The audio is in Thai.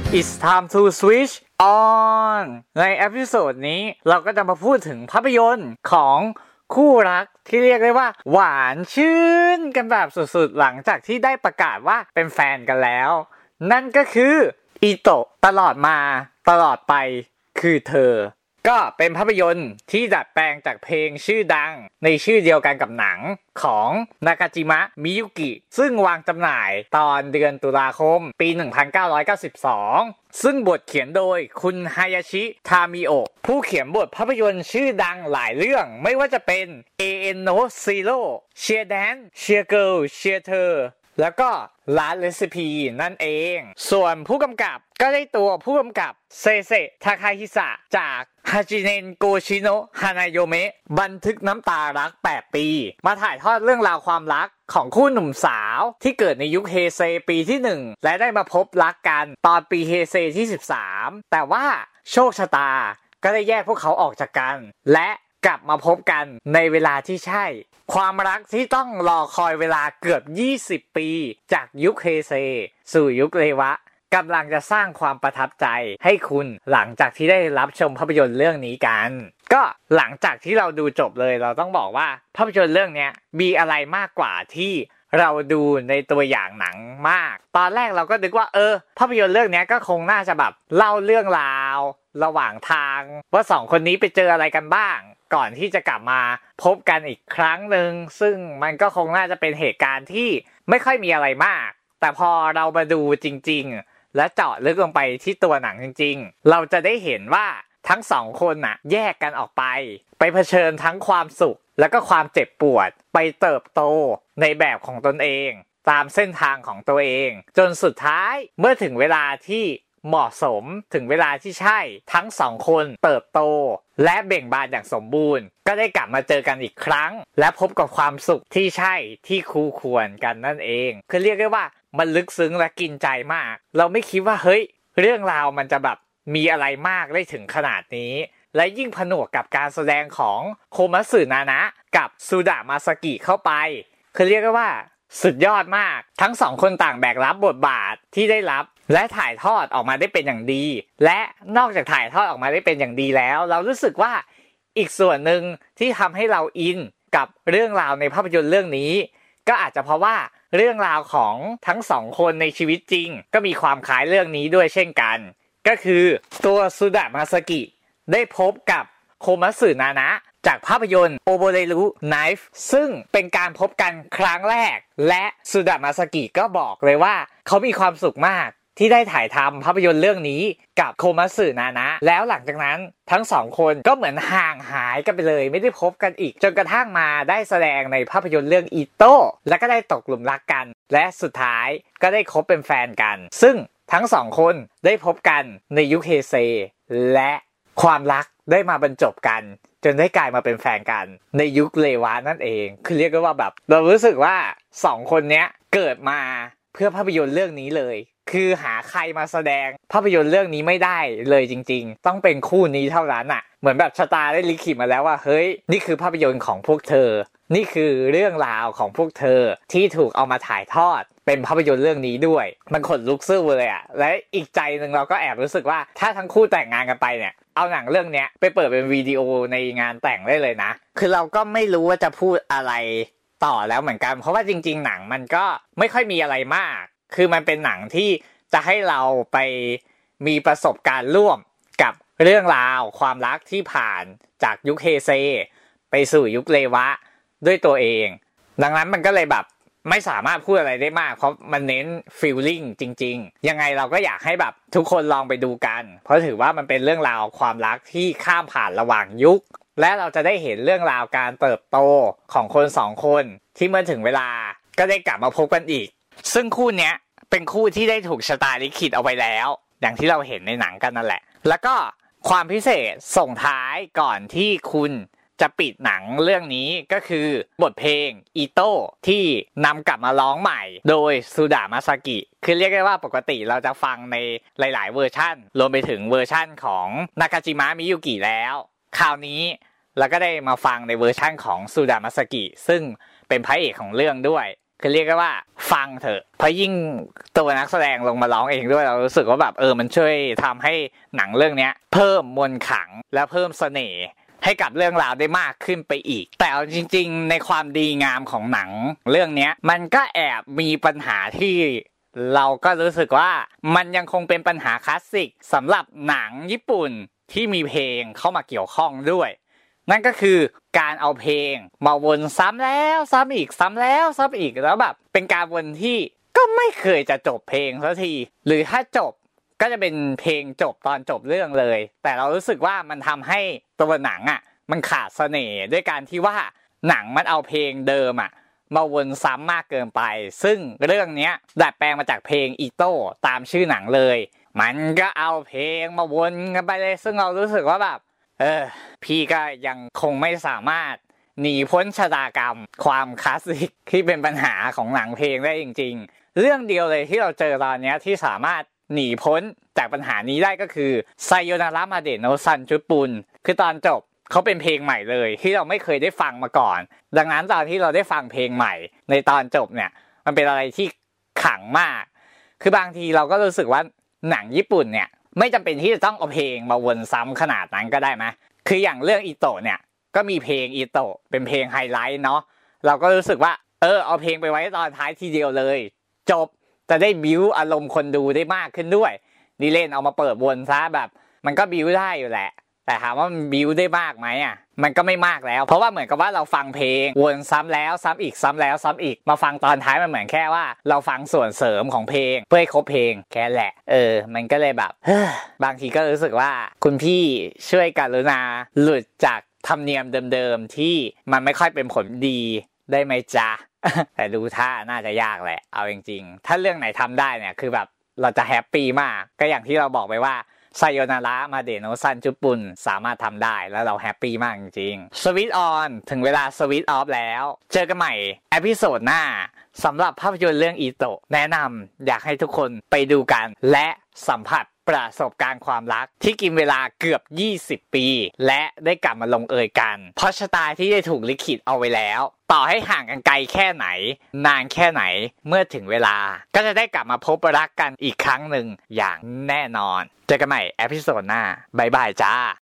It's time to switch on ในเอพิโซดนี้เราก็จะมาพูดถึงภาพยนตร์ของคู่รักที่เรียกได้ว่าหวานชื่นกันแบบสุดๆหลังจากที่ได้ประกาศว่าเป็นแฟนกันแล้วนั่นก็คืออิโตะตลอดมาตลอดไปคือเธอก็เป็นภาพยนตร์ที่ดัดแปลงจากเพลงชื่อดังในชื่อเดียวกันกับหนังของนากาจิมะมิยุกิซึ่งวางจำหน่ายตอนเดือนตุลาคมปี 1992 ซึ่งบทเขียนโดยคุณฮายาชิทามิโอะผู้เขียนบทภาพยนตร์ชื่อดังหลายเรื่องไม่ว่าจะเป็น AN no Zero Cheer Dance Cheer Girl Cheer เธอแล้วก็Last Recipe นั่นเองส่วนผู้กำกับก็ได้ตัวผู้กำกับเซเซทาคาฮิสะจากฮาจิเนนโกชิโนะฮานายโยเมะบันทึกน้ำตารัก8ปีมาถ่ายทอดเรื่องราวความรักของคู่หนุ่มสาวที่เกิดในยุคเฮเซปีที่1และได้มาพบรักกันตอนปีเฮเซที่13แต่ว่าโชคชะตาก็ได้แยกพวกเขาออกจากกันและกลับมาพบกันในเวลาที่ใช่ความรักที่ต้องรอคอยเวลาเกือบ20ปีจากยุคเฮเซสู่ยุคเรวะกำลังจะสร้างความประทับใจให้คุณหลังจากที่ได้รับชมภาพยนตร์เรื่องนี้กันก็หลังจากที่เราดูจบเลยเราต้องบอกว่าภาพยนตร์เรื่องนี้มีอะไรมากกว่าที่เราดูในตัวอย่างหนังมากตอนแรกเราก็นึกว่าภาพยนตร์เรื่องนี้ก็คงน่าจะแบบเล่าเรื่องราวระหว่างทางว่าสองคนนี้ไปเจออะไรกันบ้างก่อนที่จะกลับมาพบกันอีกครั้งหนึ่งซึ่งมันก็คงน่าจะเป็นเหตุการณ์ที่ไม่ค่อยมีอะไรมากแต่พอเรามาดูจริงๆและเจาะลึกลงไปที่ตัวหนังจริงๆเราจะได้เห็นว่าทั้งสองคนน่ะแยกกันออกไปเผชิญทั้งความสุขและก็ความเจ็บปวดไปเติบโตในแบบของตนเองตามเส้นทางของตัวเองจนสุดท้ายเมื่อถึงเวลาที่เหมาะสมถึงเวลาที่ใช่ทั้งสองคนเติบโตและเบ่งบานอย่างสมบูรณ์ก็ได้กลับมาเจอกันอีกครั้งและพบกับความสุขที่ใช่ที่คู่ควรกันนั่นเองคือเรียกได้ว่ามันลึกซึ้งและกินใจมากเราไม่คิดว่าเฮ้ยเรื่องราวมันจะแบบมีอะไรมากได้ถึงขนาดนี้และยิ่งผนวกกับการแสดงของโคมัตสึนานะกับซูดะมาซากิเข้าไปคือเรียกได้ว่าสุดยอดมากทั้งสองคนต่างแบกรับบทบาทที่ได้รับและถ่ายทอดออกมาได้เป็นอย่างดีและนอกจากถ่ายทอดออกมาได้เป็นอย่างดีแล้วเรารู้สึกว่าอีกส่วนหนึ่งที่ทำให้เราอินกับเรื่องราวในภาพยนตร์เรื่องนี้ก็อาจจะเพราะว่าเรื่องราวของทั้งสองคนในชีวิตจริงก็มีความคล้ายเรื่องนี้ด้วยเช่นกันก็คือตัวซูดะมาซากิได้พบกับโคมัตสึนานะจากภาพยนตร์โอโบเรรุไนฟ์ซึ่งเป็นการพบกันครั้งแรกและซูดะมาซากิก็บอกเลยว่าเขามีความสุขมากที่ได้ถ่ายทำภาพยนตร์เรื่องนี้กับโคมัตสึนานะแล้วหลังจากนั้นทั้งสองคนก็เหมือนห่างหายกันไปเลยไม่ได้พบกันอีกจนกระทั่งมาได้แสดงในภาพยนตร์เรื่องอิโต้แล้วก็ได้ตกหลุมรักกันและสุดท้ายก็ได้คบเป็นแฟนกันซึ่งทั้งสองคนได้พบกันในยุคเฮเซและความรักได้มาบรรจบกันจนได้กลายมาเป็นแฟนกันในยุคเรวะนั่นเองคือเรียกได้ว่าแบบเรารู้สึกว่าสองคนเนี้ยเกิดมาเพื่อภาพยนตร์เรื่องนี้เลยคือหาใครมาแสดงภาพยนตร์เรื่องนี้ไม่ได้เลยจริงๆต้องเป็นคู่นี้เท่านั้นอ่ะเหมือนแบบชะตาได้ลิขิตมาแล้วว่าเฮ้ยนี่คือภาพยนตร์ของพวกเธอนี่คือเรื่องราวของพวกเธอที่ถูกเอามาถ่ายทอดเป็นภาพยนตร์เรื่องนี้ด้วยมันขนลุกสู้เลยอ่ะและอีกใจนึงเราก็แอบรู้สึกว่าถ้าทั้งคู่แต่งงานกันไปเนี่ยเอาหนังเรื่องนี้ไปเปิดเป็นวิดีโอในงานแต่งได้เลยนะคือเราก็ไม่รู้ว่าจะพูดอะไรต่อแล้วเหมือนกันเพราะว่าจริงๆหนังมันก็ไม่ค่อยมีอะไรมากคือมันเป็นหนังที่จะให้เราไปมีประสบการณ์ร่วมกับเรื่องราวความรักที่ผ่านจากยุคเฮเซไปสู่ยุคเรวะด้วยตัวเองดังนั้นมันก็เลยแบบไม่สามารถพูดอะไรได้มากเพราะมันเน้นฟีลลิ่งจริงๆยังไงเราก็อยากให้แบบทุกคนลองไปดูกันเพราะถือว่ามันเป็นเรื่องราวความรักที่ข้ามผ่านระหว่างยุคและเราจะได้เห็นเรื่องราวการเติบโตของคนสองคนที่เมื่อถึงเวลาก็ได้กลับมาพบกันอีกซึ่งคู่เนี้ยเป็นคู่ที่ได้ถูกชะตาลิขิตเอาไว้แล้วอย่างที่เราเห็นในหนังกันนั่นแหละแล้วก็ความพิเศษส่งท้ายก่อนที่คุณจะปิดหนังเรื่องนี้ก็คือบทเพลงอิโต้ที่นำกลับมาร้องใหม่โดยซูดะมาซากิคือเรียกได้ว่าปกติเราจะฟังในหลายๆเวอร์ชั่นรวมไปถึงเวอร์ชั่นของนากาจิมะมิยุกิแล้วคราวนี้เราก็ได้มาฟังในเวอร์ชั่นของซูดะมาซากิซึ่งเป็นพระเอกของเรื่องด้วยคือเรียกว่าฟังเถอะเพราะยิ่งตัวนักแสดงลงมาร้องเองด้วยเรารู้สึกว่าแบบมันช่วยทำให้หนังเรื่องนี้เพิ่มมนต์ขลังและเพิ่มเสน่ห์ให้กับเรื่องราวได้มากขึ้นไปอีกแต่เอาจริงๆในความดีงามของหนังเรื่องนี้มันก็แอบมีปัญหาที่เราก็รู้สึกว่ามันยังคงเป็นปัญหาคลาสสิกสำหรับหนังญี่ปุ่นที่มีเพลงเข้ามาเกี่ยวข้องด้วยนั่นก็คือการเอาเพลงมาวนซ้ำแล้วซ้ำอีกซ้ำแล้วซ้ำอีกแล้วแบบเป็นการวนที่ก็ไม่เคยจะจบเพลงสักทีหรือถ้าจบก็จะเป็นเพลงจบตอนจบเรื่องเลยแต่เรารู้สึกว่ามันทำให้ตัวหนังมันขาดเสน่ห์ด้วยการที่ว่าหนังมันเอาเพลงเดิมมาวนซ้ำมากเกินไปซึ่งเรื่องนี้ดัดแปลงมาจากเพลงอีโต้ตามชื่อหนังเลยมันก็เอาเพลงมาวนกันไปเลยซึ่งเรารู้สึกว่าแบบพี่ก็ยังคงไม่สามารถหนีพ้นชะตากรรมความคลาสสิกที่เป็นปัญหาของหนังเพลงได้จริงๆเรื่องเดียวเลยที่เราเจอตอนนี้ที่สามารถหนีพ้นจากปัญหานี้ได้ก็คือไซโยนาระมาเดะโนะซันจุปุนคือตอนจบเขาเป็นเพลงใหม่เลยที่เราไม่เคยได้ฟังมาก่อนดังนั้นตอนที่เราได้ฟังเพลงใหม่ในตอนจบเนี่ยมันเป็นอะไรที่ขลังมากคือบางทีเราก็รู้สึกว่าหนังญี่ปุ่นเนี่ยไม่จำเป็นที่จะต้องเอาเพลงมาวนซ้ำขนาดนั้นก็ได้ไหมคืออย่างเรื่องอิโตะเนี่ยก็มีเพลงอิโตะเป็นเพลงไฮไลท์เนาะเราก็รู้สึกว่าเอาเพลงไปไว้ตอนท้ายทีเดียวเลยจบจะได้บิ้วอารมณ์คนดูได้มากขึ้นด้วยดีเล่นเอามาเปิดวนซะแบบมันก็บิ้วได้อยู่แหละแต่ถามว่ามันบิ้วได้มากไหมมันก็ไม่มากแล้วเพราะว่าเหมือนกับว่าเราฟังเพลงวนซ้ำแล้วซ้ำอีกซ้ำแล้วซ้ำอีกมาฟังตอนท้ายมันเหมือนแค่ว่าเราฟังส่วนเสริมของเพลงเพื่อให้ครบเพลงแค่แหละมันก็เลยแบบบางทีก็รู้สึกว่าคุณพี่ช่วยกรุณาหลุดจากธรรมเนียมเดิมๆที่มันไม่ค่อยเป็นผลดีได้ไหมจ๊ะ แต่ดูท่าน่าจะยากแหละเอาจริงๆถ้าเรื่องไหนทำได้เนี่ยคือแบบเราจะแฮปปี้มากก็อย่างที่เราบอกไปว่าไซโยนาระมาเดะโนะซันจุปุนสามารถทำได้แล้วเราแฮปปี้มากจริงๆสวิตช์ออนถึงเวลาสวิตช์ออฟแล้วเจอกันใหม่เอพิโซดหน้าสำหรับภาพยนตร์เรื่องอิโตะแนะนำอยากให้ทุกคนไปดูกันและสัมผัสประสบการณ์ความรักที่กินเวลาเกือบ20ปีและได้กลับมาลงเอยกันเพราะชะตาที่ได้ถูกลิขิตเอาไว้แล้วต่อให้ห่างกันไกลแค่ไหนนานแค่ไหนเมื่อถึงเวลาก็จะได้กลับมาพบรักกันอีกครั้งหนึ่งอย่างแน่นอนเจอกันใหม่เอพิโซดหน้าบ๊ายบายจ้า